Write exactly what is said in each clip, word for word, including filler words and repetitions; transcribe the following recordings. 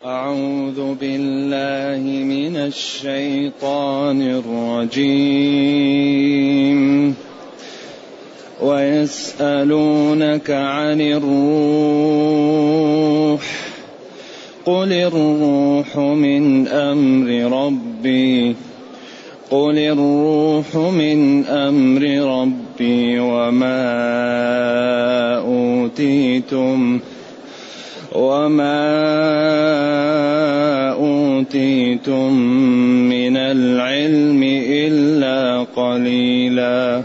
أعوذ بالله من الشيطان الرجيم. ويسألونك عن الروح قل الروح من أمر ربي قل الروح من أمر ربي وما أوتيتم وما أوتيتم من العلم إلا قليلا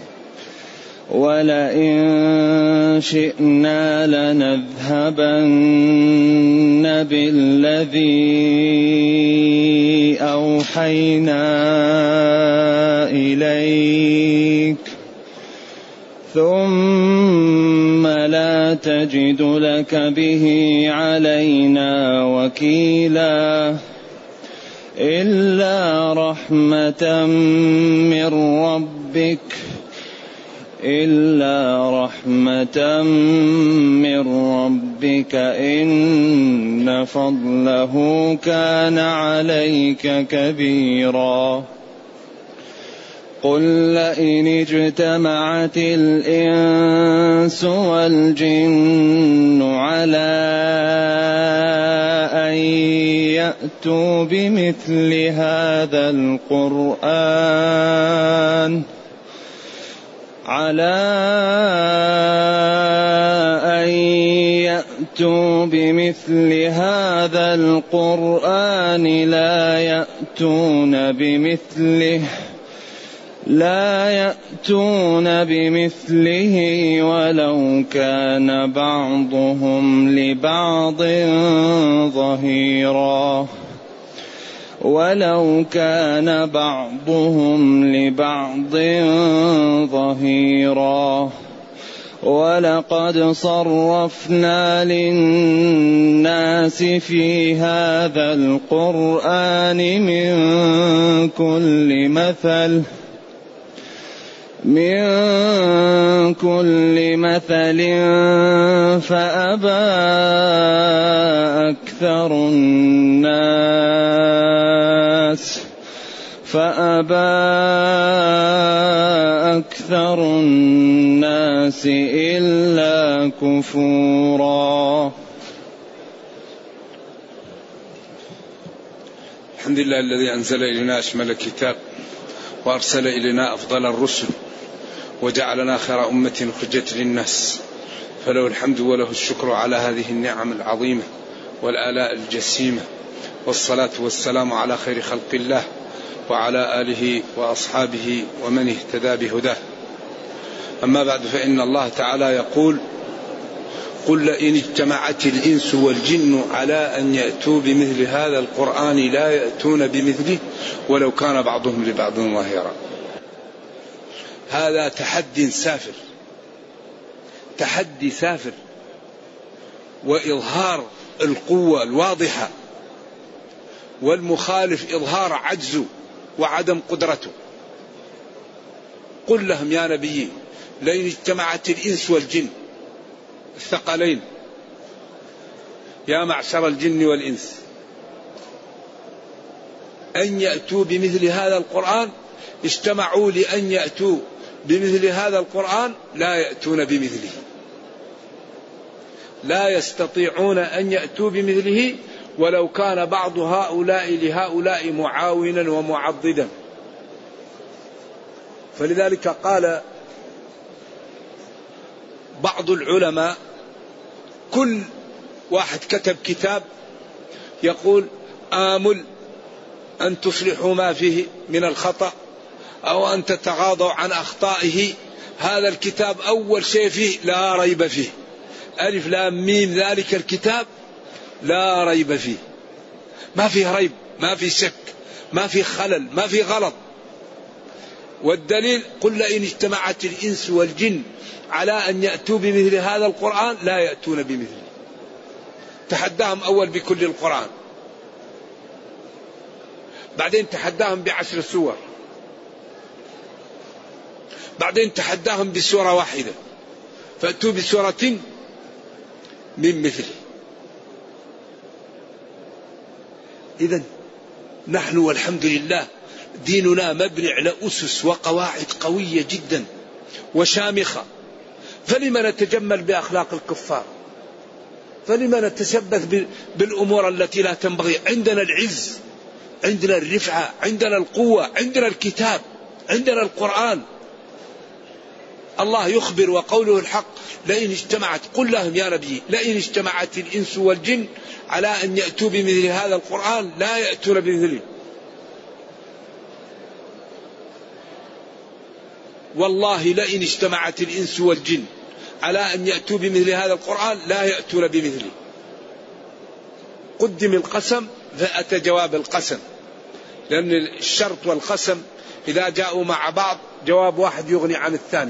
ولئن شئنا لنذهبن بالذي أوحينا إليك ثم لا تجد لك به علينا وكيلا إلا رحمة من ربك إلا رحمة من ربك إن فضله كان عليك كبيرا. قل لئن اجتمعت الإنس والجن على أن يأتوا بمثل هذا القرآن على أن يأتوا بمثل هذا القرآن لا يأتون بمثله لا يأتون بمثله ولو كان بعضهم لبعض ظهيرا ولو كان بعضهم لبعض ظهيرا ولقد صرفنا للناس في هذا القرآن من كل مثل من كل مثل فأبى أكثر الناس فأبى أكثر الناس إلا كفورا. الحمد لله الذي أنزل إلينا أشمل الكتاب وأرسل إلينا أفضل الرسل وجعلنا خير أمة أخرجت للناس فله الحمد وله الشكر على هذه النعم العظيمة والآلاء الجسيمة والصلاة والسلام على خير خلق الله وعلى آله وأصحابه ومن اهتدى بهداه. أما بعد فإن الله تعالى يقول قل لئن اجتمعت الإنس والجن على أن يأتوا بمثل هذا القرآن لا يأتون بمثله ولو كان بعضهم لبعض ظهيرا. هذا تحدي سافر تحدي سافر وإظهار القوة الواضحة والمخالف إظهار عجزه وعدم قدرته. قل لهم يا نبي لئن اجتمعت الإنس والجن الثقلين يا معشر الجن والإنس أن يأتوا بمثل هذا القرآن اجتمعوا لأن يأتوا بمثل هذا القرآن لا يأتون بمثله لا يستطيعون أن يأتوا بمثله ولو كان بعض هؤلاء لهؤلاء معاونا ومعضدا. فلذلك قال بعض العلماء كل واحد كتب كتاب يقول آمل أن تصلحوا ما فيه من الخطأ أو أن تتغاضوا عن أخطائه. هذا الكتاب أول شيء فيه لا ريب فيه ألف لام ميم ذلك الكتاب لا ريب فيه ما فيه ريب ما فيه شك ما فيه خلل ما فيه غلط. والدليل قل لئن اجتمعت الإنس والجن على أن يأتوا بمثل هذا القرآن لا يأتون بمثله. تحداهم أول بكل القرآن بعدين تحداهم بعشر سور بعدين تحداهم بسورة واحدة فأتوا بسورة من مثله. إذن نحن والحمد لله ديننا مبني على أسس وقواعد قوية جدا وشامخة، فلما نتجمل بأخلاق الكفار؟ فلما نتشبث بالأمور التي لا تنبغي؟ عندنا العز، عندنا الرفعة، عندنا القوة، عندنا الكتاب، عندنا القرآن. الله يخبر وقوله الحق: لئن اجتمعت، قل لهم يا نبي، لئن اجتمعت الإنس والجن على أن يأتوا بمثل هذا القرآن لا يأتون بمثله. والله لئن اجتمعت الإنس والجن على أن يأتوا بمثل هذا القرآن لا يأتون بمثله. قدم القسم فأتى جواب القسم، لأن الشرط والقسم إذا جاءوا مع بعض جواب واحد يغني عن الثاني.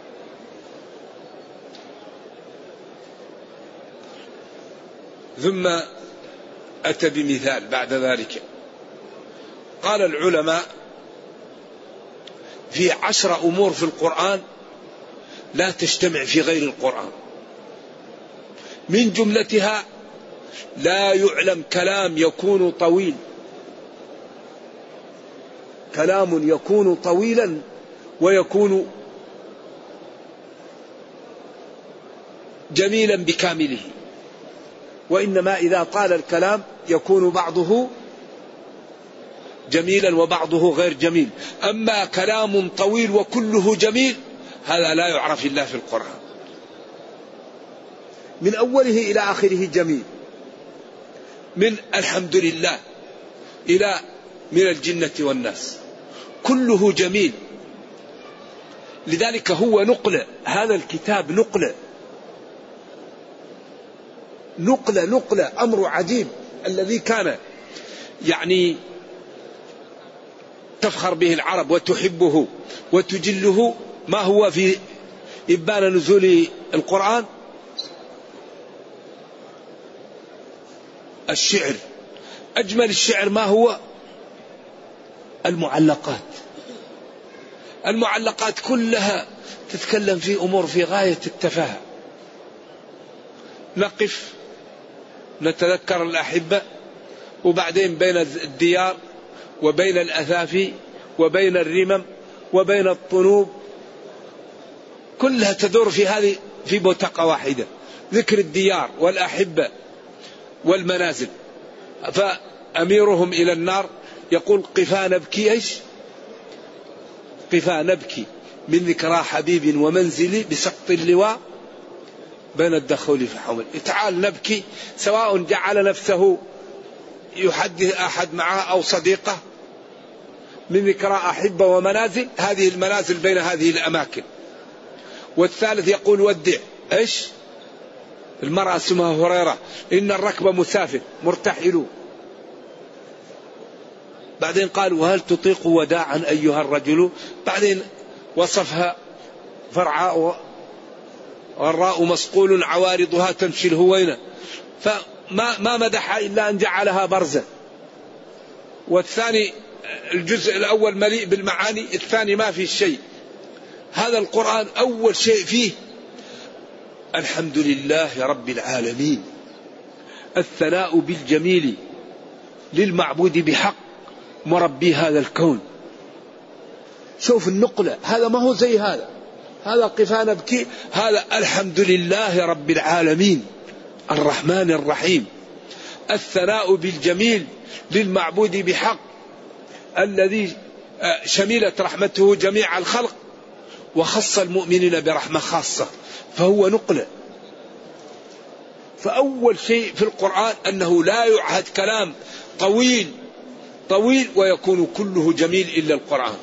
ثم أتى بمثال بعد ذلك. قال العلماء: في عشر أمور في القرآن لا تجتمع في غير القرآن. من جملتها: لا يعلم كلام يكون طويل، كلام يكون طويلا ويكون جميلا بكامله، وإنما إذا طال الكلام يكون بعضه جميلا وبعضه غير جميل. أما كلام طويل وكله جميل هذا لا يعرف إلا في القرآن، من أوله إلى آخره جميل، من الحمد لله إلى من الجنة والناس كله جميل. لذلك هو نقلة، هذا الكتاب نقلة نقلة نقلة أمر عجيب. الذي كان يعني تفخر به العرب وتحبه وتجله، ما هو في إبان نزول القرآن؟ الشعر. أجمل الشعر ما هو؟ المعلقات. المعلقات كلها تتكلم في أمور في غاية التفاهة. نقف نتذكر الأحبة، وبعدين بين الديار وبين الأثافي وبين الرمم وبين الطنوب كلها تدور في هذه في بوتقة واحدة، ذكر الديار والأحبة والمنازل. فأميرهم إلى النار يقول: قفا نبكي إيش؟ قفا نبكي من ذكرى حبيب ومنزلي بسقط اللواء بين الدخول في حمل. تعال نبكي، سواء جعل نفسه يحدث أحد معه أو صديقه، من ذكرى أحبة ومنازل، هذه المنازل بين هذه الأماكن. والثالث يقول: ودع إيش؟ المرأة اسمها هريرة، إن الركب مسافر مرتحلون. بعدين قال: وهل تطيق وداعا أيها الرجل؟ بعدين وصفها فرعاء والراء مسقول عوارضها تمشي الهوينة، فما ما مدحها إلا أن جعلها برزة. والثاني الجزء الأول مليء بالمعاني، الثاني ما في شيء. هذا القرآن أول شيء فيه الحمد لله رب العالمين، الثناء بالجميل للمعبود بحق مربي هذا الكون. شوف النقلة، هذا ما هو زي هذا، هذا قفا نبكي، هذا الحمد لله رب العالمين الرحمن الرحيم، الثناء بالجميل للمعبود بحق الذي شملت رحمته جميع الخلق وخص المؤمنين برحمة خاصة، فهو نقلة. فأول شيء في القرآن أنه لا يعهد كلام طويل طويل ويكون كله جميل إلا القرآن،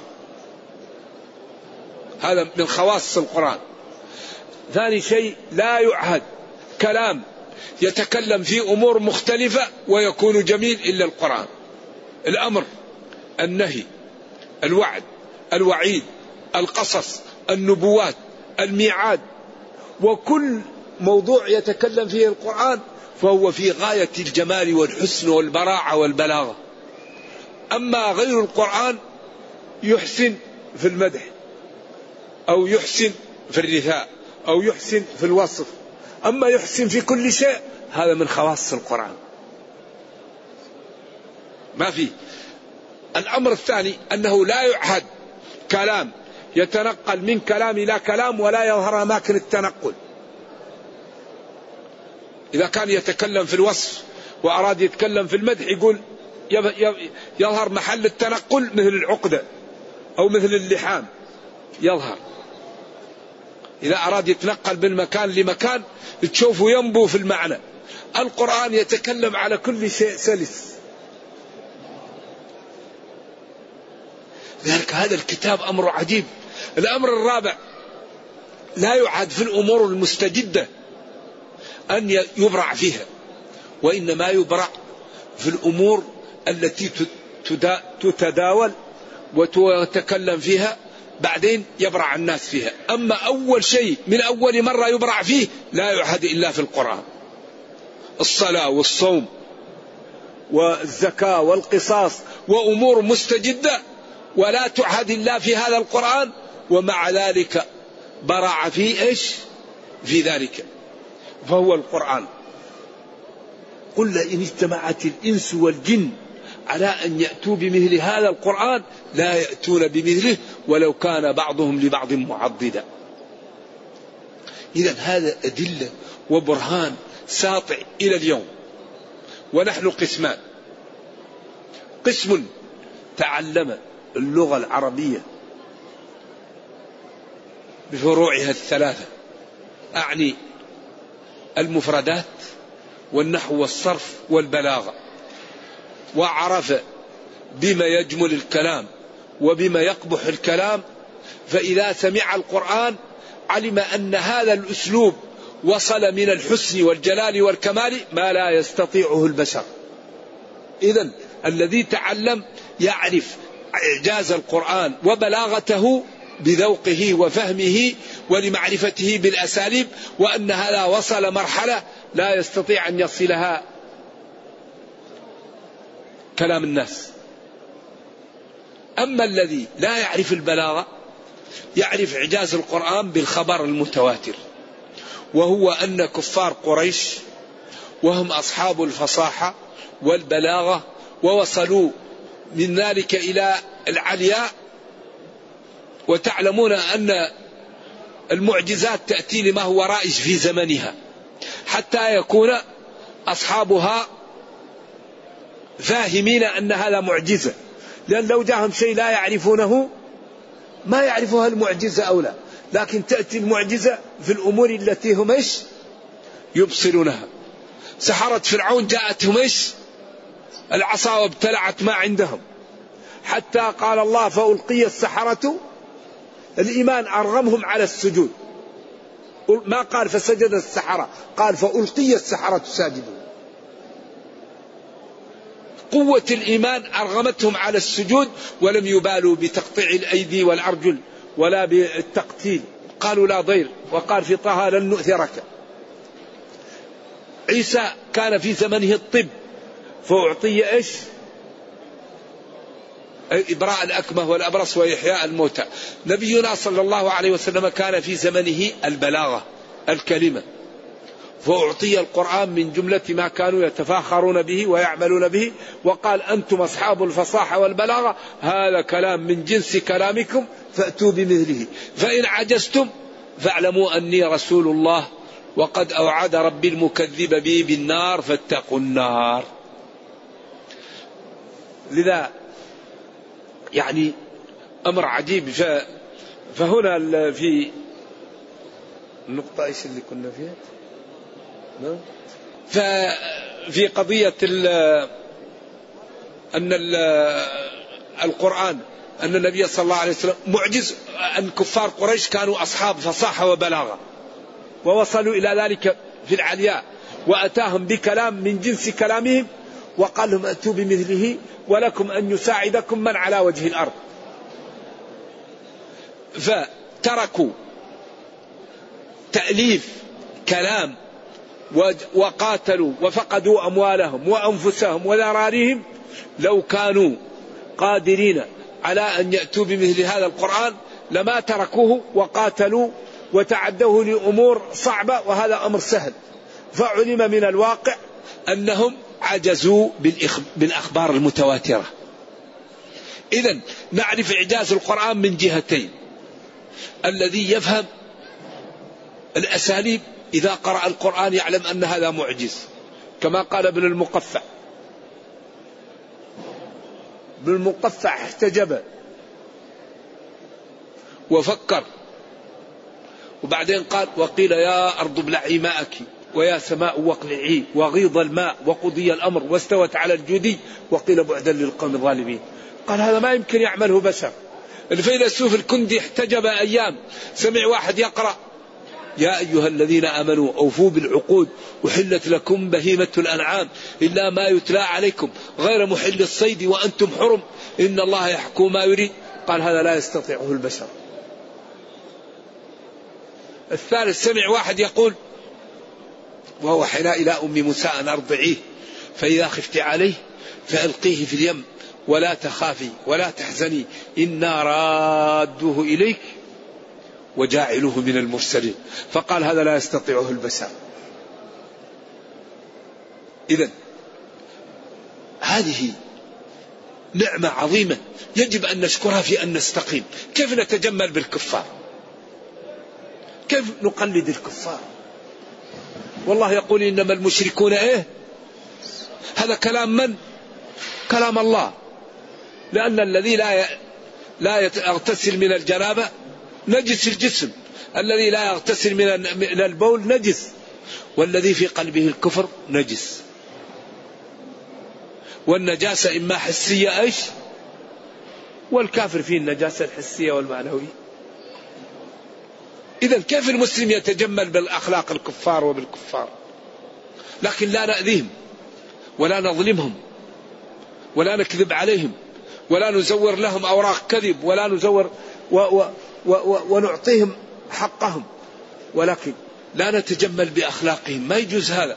هذا من خواص القرآن. ثاني شيء لا يعهد كلام يتكلم في أمور مختلفة ويكون جميل إلا القرآن. الأمر، النهي، الوعد، الوعيد، القصص، النبوات، الميعاد، وكل موضوع يتكلم فيه القرآن فهو في غاية الجمال والحسن والبراعة والبلاغة. أما غير القرآن يحسن في المدح أو يحسن في الرثاء أو يحسن في الوصف، أما يحسن في كل شيء هذا من خواص القرآن. ما فيه. الأمر الثاني أنه لا يعهد كلام يتنقل من كلام إلى كلام ولا يظهر أماكن التنقل. إذا كان يتكلم في الوصف وأراد يتكلم في المدح يقول يظهر محل التنقل مثل العقدة أو مثل اللحام يظهر. إذا أراد يتنقل من مكان لمكان تشوفه ينبو في المعنى. القرآن يتكلم على كل شيء سلس. لذلك هذا الكتاب أمر عجيب. الأمر الرابع لا يعهد في الأمور المستجدة أن يبرع فيها، وإنما يبرع في الأمور التي تتداول وتتكلم فيها بعدين يبرع الناس فيها. أما أول شيء من أول مرة يبرع فيه لا يعهد إلا في القرآن. الصلاة والصوم والزكاة والقصاص وأمور مستجدة ولا تعهد إلا في هذا القرآن، ومع ذلك برع فيه إيش في ذلك، فهو القرآن. قل إن اجتمعت الإنس والجن على أن يأتوا بمثل هذا القرآن لا يأتون بمثله ولو كان بعضهم لبعض معضدا. إذا هذا أدلة وبرهان ساطع إلى اليوم. ونحن قسمان: قسم تعلم اللغة العربية بفروعها الثلاثة، أعني المفردات والنحو والصرف والبلاغة، وعرف بما يجمل الكلام وبما يقبح الكلام، فإذا سمع القرآن علم أن هذا الأسلوب وصل من الحسن والجلال والكمال ما لا يستطيعه البشر. إذن الذي تعلم يعرف إعجاز القرآن وبلاغته بذوقه وفهمه ولمعرفته بالأساليب، وأن هذا وصل مرحلة لا يستطيع أن يصلها كلام الناس. أما الذي لا يعرف البلاغة يعرف إعجاز القرآن بالخبر المتواتر، وهو أن كفار قريش وهم أصحاب الفصاحة والبلاغة ووصلوا من ذلك إلى العلياء. وتعلمون أن المعجزات تأتي لما هو رائج في زمنها حتى يكون أصحابها فاهمين أن هذا معجزة، لأن لو جاءهم شيء لا يعرفونه ما يعرفها المعجزة أو لا، لكن تأتي المعجزة في الأمور التي هم إيش يبصرونها. سحرة فرعون جاءتهم إيش العصا وابتلعت ما عندهم، حتى قال الله فألقي السحرة، الإيمان أرغمهم على السجود، ما قال فسجد السحرة، قال فألقي السحرة ساجدون. قوة الإيمان أرغمتهم على السجود ولم يبالوا بتقطيع الأيدي والأرجل ولا بالتقتيل، قالوا لا ضير. وقال في طه لن نؤثرك. عيسى كان في زمنه الطب فأعطي إيش إبراء الأكمه والأبرص وإحياء الموتى. نبينا صلى الله عليه وسلم كان في زمنه البلاغة الكلمة، فأعطي القرآن من جملة ما كانوا يتفاخرون به ويعملون به، وقال أنتم أصحاب الفصاحة والبلاغة، هذا كلام من جنس كلامكم فأتوا بمثله، فإن عجزتم فاعلموا أني رسول الله وقد أوعد ربي المكذب بي بالنار فاتقوا النار. لذا يعني أمر عجيب. فهنا في النقطة إيش اللي كنا فيها؟ ففي قضية أن القرآن أن النبي صلى الله عليه وسلم معجز، أن كفار قريش كانوا أصحاب فصاحة وبلاغة ووصلوا إلى ذلك في العلياء، وأتاهم بكلام من جنس كلامهم وقال لهم أتوا بمثله ولكم أن يساعدكم من على وجه الأرض. فتركوا تأليف كلام وقاتلوا وفقدوا أموالهم وأنفسهم وذراريهم. لو كانوا قادرين على أن يأتوا بمثل هذا القرآن لما تركوه وقاتلوا وتعدوه لأمور صعبة، وهذا أمر سهل. فعلم من الواقع أنهم عجزوا بالأخبار المتواترة. إذن نعرف إعجاز القرآن من جهتين: الذي يفهم الأساليب إذا قرأ القرآن يعلم أن هذا معجز، كما قال ابن المقفع. ابن المقفع احتجب وفكر، وبعدين قال: وقيل يا أرض ابلعي ماءك ويا سماء واقلعي وغيض الماء وقضي الأمر واستوت على الجودي وقيل بعدا للقوم الظالمين. قال هذا ما يمكن يعمله بشر. الفيلسوف الكندي احتجب أيام، سمع واحد يقرأ: يا أيها الذين آمنوا أوفوا بالعقود أحلت لكم بهيمة الأنعام إلا ما يتلى عليكم غير محل الصيد وأنتم حرم إن الله يحكم ما يريد. قال هذا لا يستطيعه البشر. الثالث سمع واحد يقول: وأوحينا إلى أم موسى أن أرضعيه فإذا خفت عليه فألقيه في اليم ولا تخافي ولا تحزني إنا رادوه إليك وجاعلوه من المرسلين. فقال هذا لا يستطيعه البشر. إذن هذه نعمة عظيمة يجب أن نشكرها في أن نستقيم. كيف نتجمل بالكفار؟ كيف نقلد الكفار؟ والله يقول إنما المشركون إيه؟ هذا كلام من؟ كلام الله. لأن الذي لا لا يغتسل من الجنابة نجس الجسم، الذي لا يغتسل من البول نجس، والذي في قلبه الكفر نجس. والنجاسة إما حسية إيش؟ والكافر فيه النجاسة الحسية والمعنوية. إذن كيف المسلم يتجمل بالأخلاق الكفار وبالكفار؟ لكن لا نأذيهم ولا نظلمهم ولا نكذب عليهم ولا نزور لهم أوراق كذب ولا نزور و و و و ونعطيهم حقهم، ولكن لا نتجمل بأخلاقهم، ما يجوز هذا.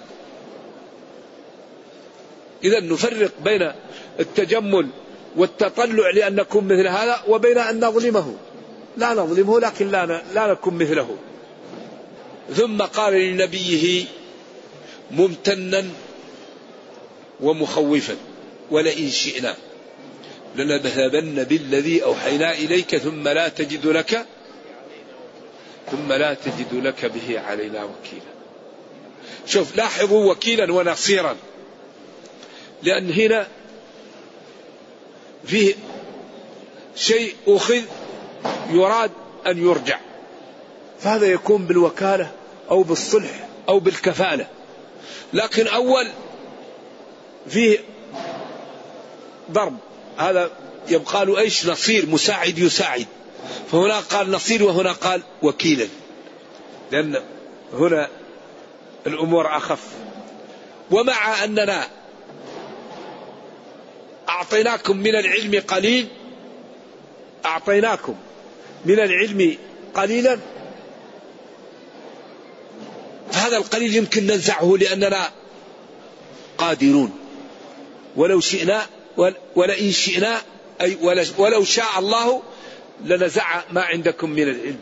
إذن نفرق بين التجمل والتطلع لأن نكون مثل هذا وبين أن نظلمه. لا نظلمه لكن لا لا نكون مثله. ثم قال لنبيه ممتنا ومخوفا: ولئن شئنا لنذهبن بالذي أوحينا إليك ثم لا تجد لك ثم لا تجد لك به علينا وكيلا. شوف، لاحظوا وكيلا ونصيرا، لأن هنا فيه شيء أخذ يراد أن يرجع، فهذا يكون بالوكالة أو بالصلح أو بالكفالة. لكن أول فيه ضرب، هذا يبقى له ايش؟ نصير، مساعد يساعد. فهنا قال نصير وهنا قال وكيلا، لأن هنا الأمور أخف. ومع أننا أعطيناكم من العلم قليل، أعطيناكم من العلم قليلا، فهذا القليل يمكن ننزعه لأننا قادرون. ولو شئنا ولئن شئنا أي ولو شاء الله لنزع ما عندكم من العلم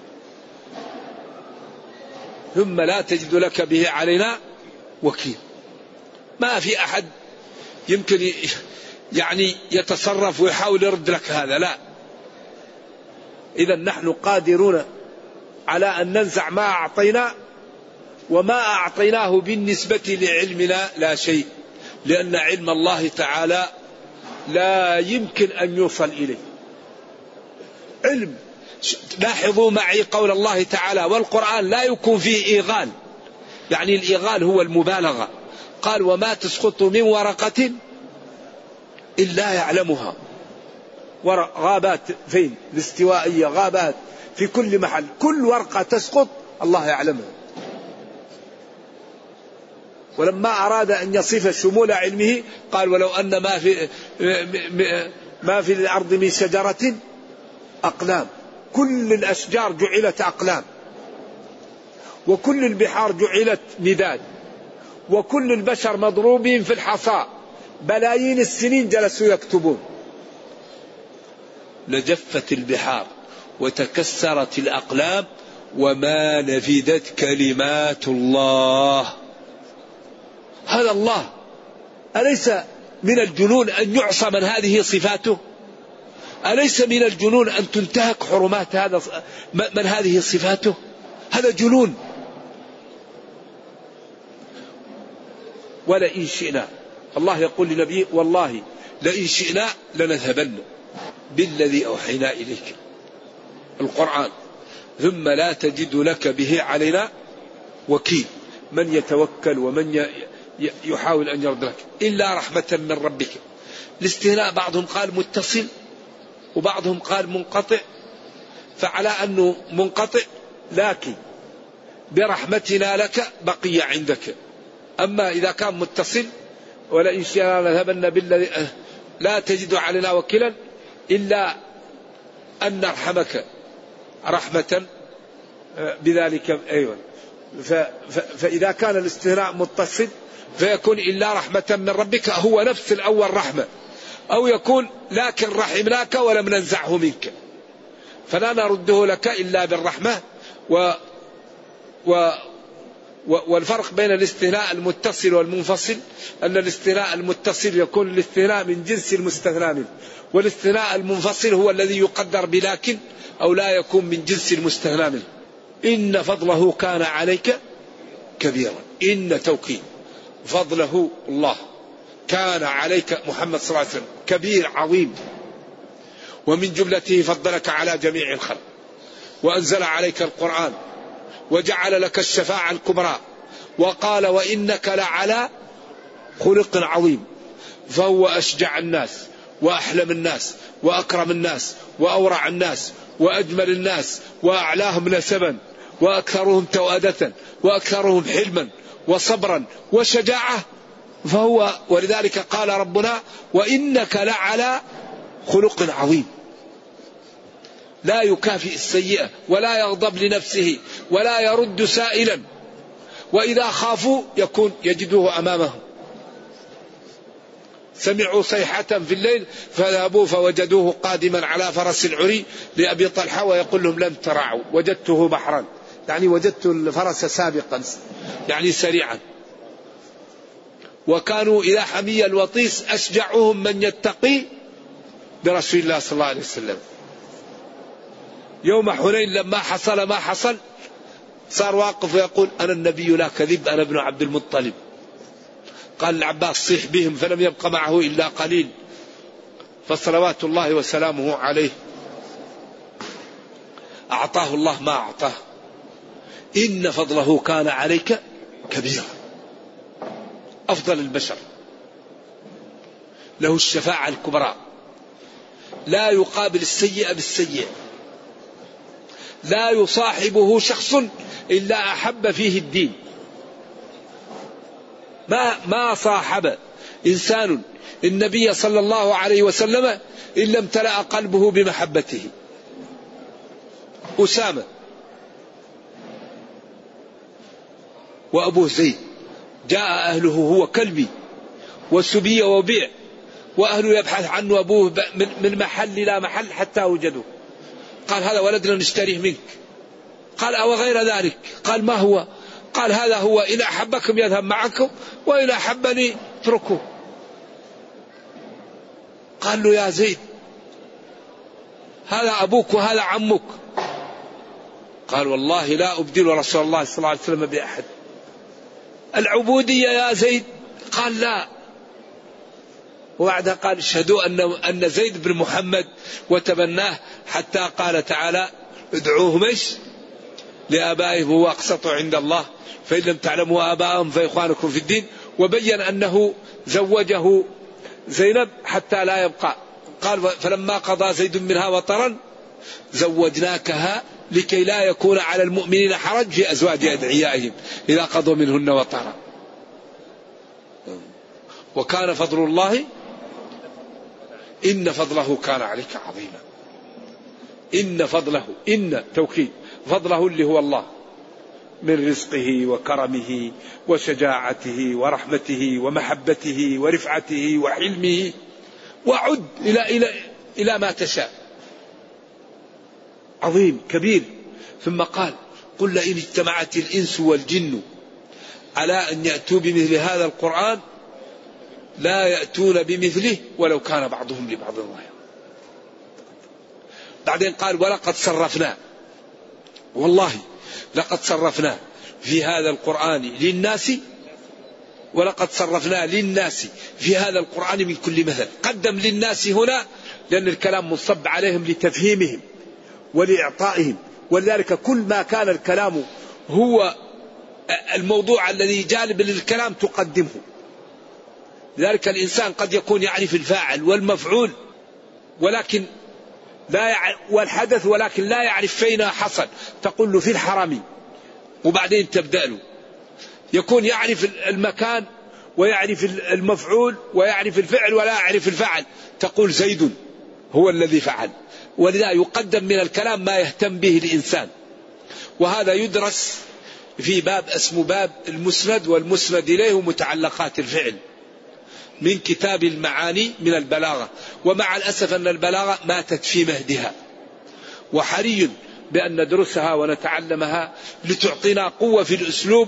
ثم لا تجد لك به علينا وكيل. ما في أحد يمكن يعني يتصرف ويحاول يرد لك هذا، لا. إذا نحن قادرون على أن ننزع ما أعطينا، وما أعطيناه بالنسبة لعلمنا لا شيء، لأن علم الله تعالى لا يمكن أن يوصل إليه. علم، لاحظوا معي قول الله تعالى: والقرآن لا يكون فيه إيغال، يعني الإيغال هو المبالغة. قال: وما تسقط من ورقة إلا يعلمها. ورق غابات فين؟ الاستوائية، غابات في كل محل، كل ورقة تسقط الله يعلمها. ولما أراد أن يصف شمول علمه قال: ولو أن ما في ما في الأرض من شجرة أقلام. كل الأشجار جعلت أقلام، وكل البحار جعلت مداد، وكل البشر مضروبين في الحصى، بلايين السنين جلسوا يكتبون. لجفت البحار وتكسرت الأقلام وما نفدت كلمات الله. هذا الله أليس من الجنون أن يعصى من هذه صفاته؟ أليس من الجنون أن تنتهك حرمات هذا من هذه صفاته؟ هذا جنون. ولئن شئنا، الله يقول لنبيه والله لئن شئنا لنذهبن بالذي أوحينا إليك القرآن ثم لا تجد لك به علينا وكيل. من يتوكل ومن يحاول أن يرد لك إلا رحمة من ربك. الاستثناء بعضهم قال متصل وبعضهم قال منقطع، فعلى أنه منقطع لكن برحمتنا لك بقي عندك. أما إذا كان متصل ولئن شئنا لنذهبن بالذي لا تجد علينا وكيلا إلا أن نرحمك رحمة بذلك. أيوة. فإذا كان الاستثناء متصل فيكون إلا رحمة من ربك، هو نفس الأول رحمة، أو يكون لكن رحمناك ولم ننزعه منك، فلا نرده لك إلا بالرحمة. و و والفرق بين الاستثناء المتصل والمنفصل أن الاستثناء المتصل يكون الاستثناء من جنس المستثنى منه، والاستثناء المنفصل هو الذي يقدر بلكن أو لا يكون من جنس المستثنى منه. إن فضله كان عليك كبيرا. إن توكيد فضله الله كان عليك محمد صلى الله عليه وسلم كبير عظيم، ومن جملته فضلك على جميع الخلق وأنزل عليك القرآن وجعل لك الشفاعة الكبرى، وقال وإنك لعلى خلق عظيم. فهو أشجع الناس وأحلم الناس وأكرم الناس وأورع الناس وأجمل الناس وأعلاهم نسبا وأكثرهم توأدة وأكثرهم حلما وصبرا وشجاعة. فهو ولذلك قال ربنا وإنك لعلى خلق عظيم. لا يكافئ السيئة ولا يغضب لنفسه ولا يرد سائلا، وإذا خافوا يكون يجدوه أمامهم. سمعوا صيحة في الليل فذهبوا فوجدوه قادما على فرس عري لأبي طلحة ويقول لهم لم ترعوا وجدته بحرا، يعني وجدت الفرس سابقا يعني سريعا. وكانوا إذا حمي الوطيس أشجعهم من يتقي برسول الله صلى الله عليه وسلم. يوم حنين لما حصل ما حصل صار واقف ويقول أنا النبي لا كذب أنا ابن عبد المطلب. قال العباس صيح بهم فلم يبق معه إلا قليل، فصلوات الله وسلامه عليه أعطاه الله ما أعطاه. إن فضله كان عليك كبيرا. أفضل البشر له الشفاعة الكبرى، لا يقابل السيئة بالسيئة، لا يصاحبه شخص إلا أحب فيه الدين. ما ما صاحب إنسان النبي صلى الله عليه وسلم إلا امتلأ قلبه بمحبته. أسامة وأبوه زيد جاء أهله هو كلبي وسبي وبيع، وأهله يبحث عنه أبوه من محل إلى محل حتى وجدوه. قال هذا ولدنا نشتريه منك. قال أو غير ذلك؟ قال ما هو؟ قال هذا هو، إن أحبكم يذهب معكم وإن أحبني اتركوه. قال له يا زيد هذا أبوك وهذا عمك. قال والله لا أبدل رسول الله صلى الله عليه وسلم بأحد. العبودية يا زيد؟ قال لا. وبعدها قال اشهدوا أن أن زيد بن محمد وتبناه، حتى قال تعالى ادعوهم ايش لآبائهم هو أقسط عند الله فإن لم تعلموا آباءهم فإخوانكم في الدين. وبين أنه زوجه زينب حتى لا يبقى. قال فلما قضى زيد منها وطرا زوجناكها لكي لا يكون على المؤمنين حرج في أزواج أدعيائهم إذا قضوا منهن وطرا. وكان فضل الله إن فضله كان عليك عظيما. إن فضله، إن توكيد فضله اللي هو الله من رزقه وكرمه وشجاعته ورحمته ومحبته ورفعته وحلمه، وعد إلى إلى إلى ما تشاء. عظيم كبير. ثم قال قل لئن اجتمعت الإنس والجن على أن يأتوا بمثل هذا القرآن لا يأتون بمثله ولو كان بعضهم لبعض ظهيرا. بعدين قال ولقد صرفنا، والله لقد صرفنا في هذا القرآن للناس، ولقد صرفنا للناس في هذا القرآن من كل مثل. قدم للناس هنا لأن الكلام منصب عليهم لتفهيمهم ولإعطائهم، ولذلك كل ما كان الكلام هو الموضوع الذي جالب للكلام تقدمه. لذلك الإنسان قد يكون يعرف الفاعل والمفعول ولكن لا يعرف والحدث ولكن لا يعرف فين حصل، تقول له في الحرم وبعدين تبدأ له. يكون يعرف المكان ويعرف المفعول ويعرف الفعل ولا يعرف الفعل، تقول زيد هو الذي فعل. ولذا يقدم من الكلام ما يهتم به الإنسان. وهذا يدرس في باب اسمه باب المسند والمسند إليه ومتعلقات الفعل من كتاب المعاني من البلاغة. ومع الأسف أن البلاغة ماتت في مهدها، وحري بأن ندرسها ونتعلمها لتعطينا قوة في الأسلوب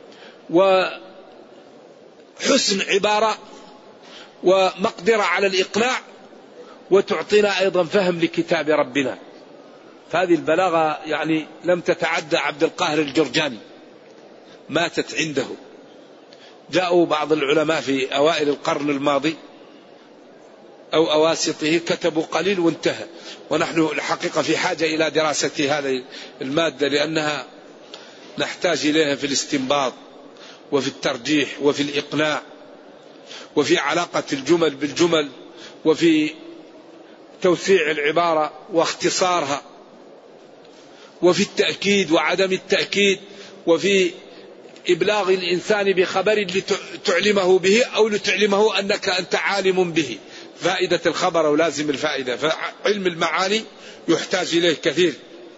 وحسن عبارة ومقدرة على الإقناع، وتعطينا أيضا فهم لكتاب ربنا. فهذه البلاغة يعني لم تتعدى عبد القاهر الجرجاني، ماتت عنده. جاءوا بعض العلماء في أوائل القرن الماضي أو أواسطه كتبوا قليل وانتهى. ونحن الحقيقة في حاجة إلى دراسة هذه المادة لأنها نحتاج إليها في الاستنباط وفي الترجيح وفي الإقناع وفي علاقة الجمل بالجمل وفي توسيع العبارة واختصارها وفي التأكيد وعدم التأكيد وفي إبلاغ الإنسان بخبر لتعلمه به أو لتعلمه أنك أنت عالم به. فائدة الخبر ولازم الفائدة. فعلم المعاني يحتاج إليه كثير.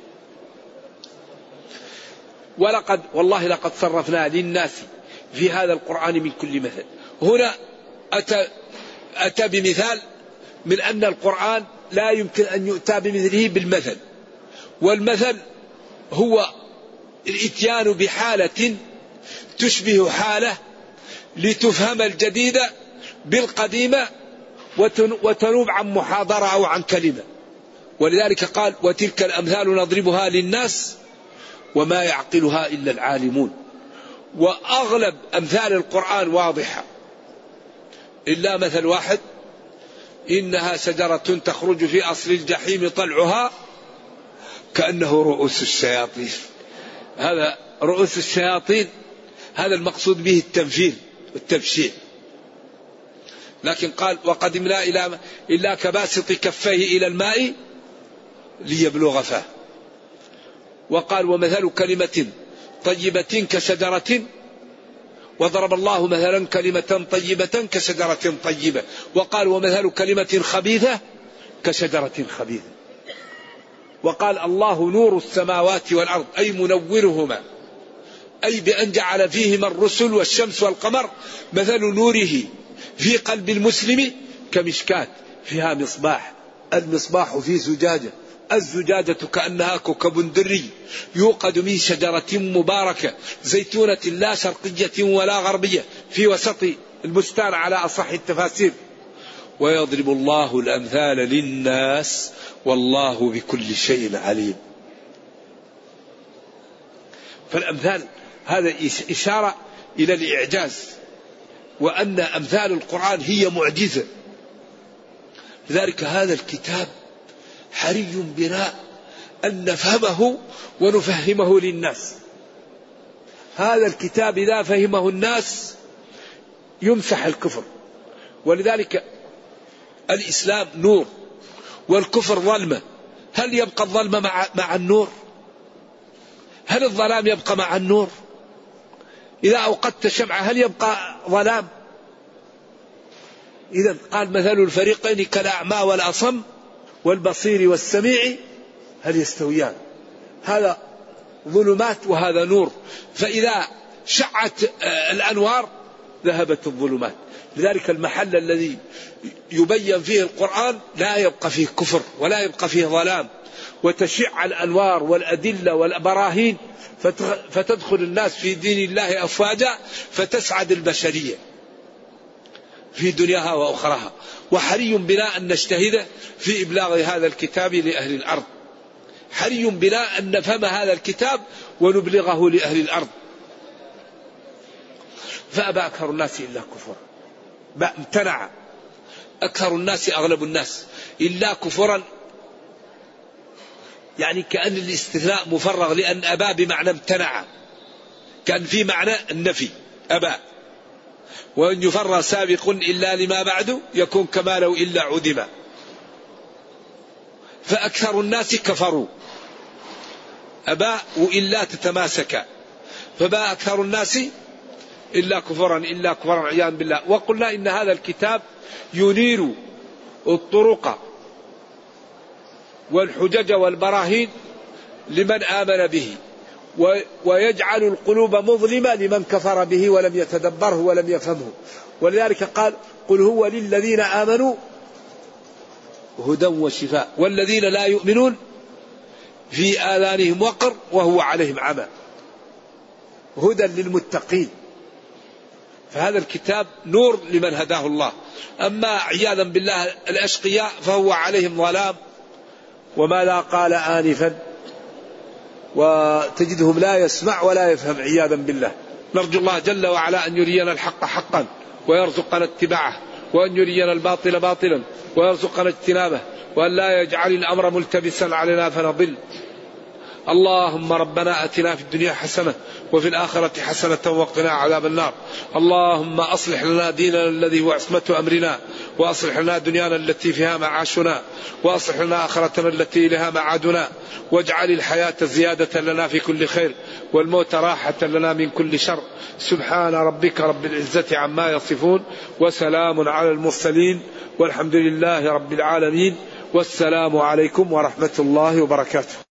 ولقد والله لقد صرفنا للناس في هذا القرآن من كل مثل. هنا أتى, أتى بمثال من أن القرآن لا يمكن أن يؤتى بمثله بالمثل. والمثل هو الاتيان بحالة تشبه حالة لتفهم الجديدة بالقديمة وتنوب عن محاضرة أو عن كلمة. ولذلك قال وتلك الأمثال نضربها للناس وما يعقلها إلا العالمون. وأغلب أمثال القرآن واضحة إلا مثل واحد: إنها شجرة تخرج في أصل الجحيم طلعها كأنه رؤوس الشياطين. هذا رؤوس الشياطين، هذا المقصود به التمثيل والتبشير. لكن قال وقدمنا إلى إلا كباسط كفيه إلى الماء ليبلغ فاه. وقال ومثل كلمة طيبة كشجرة، وضرب الله مثلا كلمة طيبة كشجرة طيبة. وقال ومثل كلمة خبيثة كشجرة خبيثة. وقال الله نور السماوات والأرض أي منورهما، أي بأن جعل فيهما الرسل والشمس والقمر. مثل نوره في قلب المسلم كمشكاة فيها مصباح، المصباح في زجاجة، الزجاجة كأنها كوكب دري يوقد من شجرة مباركة زيتونة لا شرقية ولا غربية في وسط البستان على أصح التفاسير. ويضرب الله الأمثال للناس والله بكل شيء عليم. فالأمثال هذا إشارة إلى الإعجاز، وأن أمثال القرآن هي معجزة. لذلك هذا الكتاب حري بنا أن نفهمه ونفهمه للناس. هذا الكتاب إذا فهمه الناس يمسح الكفر. ولذلك الإسلام نور والكفر ظلمة. هل يبقى الظلمة مع, مع النور؟ هل الظلام يبقى مع النور؟ إذا أوقدت شمعة هل يبقى ظلام؟ إذا قال مثل الفريقين كالأعمى والأصم والبصير والسميع هل يستويان؟ هذا ظلمات وهذا نور. فإذا شعت الأنوار ذهبت الظلمات. لذلك المحل الذي يبين فيه القرآن لا يبقى فيه كفر ولا يبقى فيه ظلام، وتشع الأنوار والأدلة والبراهين فتدخل الناس في دين الله أفواجا فتسعد البشرية. في دنياها وأخراها، وحري بنا أن نجتهد في إبلاغ هذا الكتاب لأهل الأرض، حري بنا أن نفهم هذا الكتاب ونبلغه لأهل الأرض. فأبى أكثر الناس إلا كفرا، امتنع أكثر الناس أغلب الناس إلا كفرا، يعني كأن الاستثناء مفرغ، لأن أبى بمعنى امتنع، كان في معنى النفي أبى، وأن يفر سابق إلا لما بعد يكون كما لو إلا عدم. فأكثر الناس كفروا، أبى وإلا تتماسك، فباء أكثر الناس إلا كفرا إلا كفرا عياذا بالله. وقلنا إن هذا الكتاب ينير الطرق والحجج والبراهين لمن آمن به، ويجعل القلوب مظلمة لمن كفر به ولم يتدبره ولم يفهمه. ولذلك قال قل هو للذين آمنوا هدى وشفاء والذين لا يؤمنون في آذانهم وقر وهو عليهم عمى. هدى للمتقين، فهذا الكتاب نور لمن هداه الله. أما عياذا بالله الأشقياء فهو عليهم ظلام. وماذا قال آنفا وتجدهم لا يسمع ولا يفهم عياذا بالله. نرجو الله جل وعلا أن يرينا الحق حقا ويرزقنا اتباعه، وأن يرينا الباطل باطلا ويرزقنا اجتنابه، وأن لا يجعل الأمر ملتبسا علينا فنضل. اللهم ربنا أتنا في الدنيا حسنة وفي الآخرة حسنة وقنا عذاب النار. اللهم أصلح لنا ديننا الذي هو عصمة أمرنا، وأصلح لنا دنيانا التي فيها معاشنا، وأصلح لنا آخرتنا التي إليها معادنا، واجعل الحياة زيادة لنا في كل خير والموت راحة لنا من كل شر. سبحان ربك رب العزة عما يصفون، وسلام على المرسلين، والحمد لله رب العالمين، والسلام عليكم ورحمة الله وبركاته.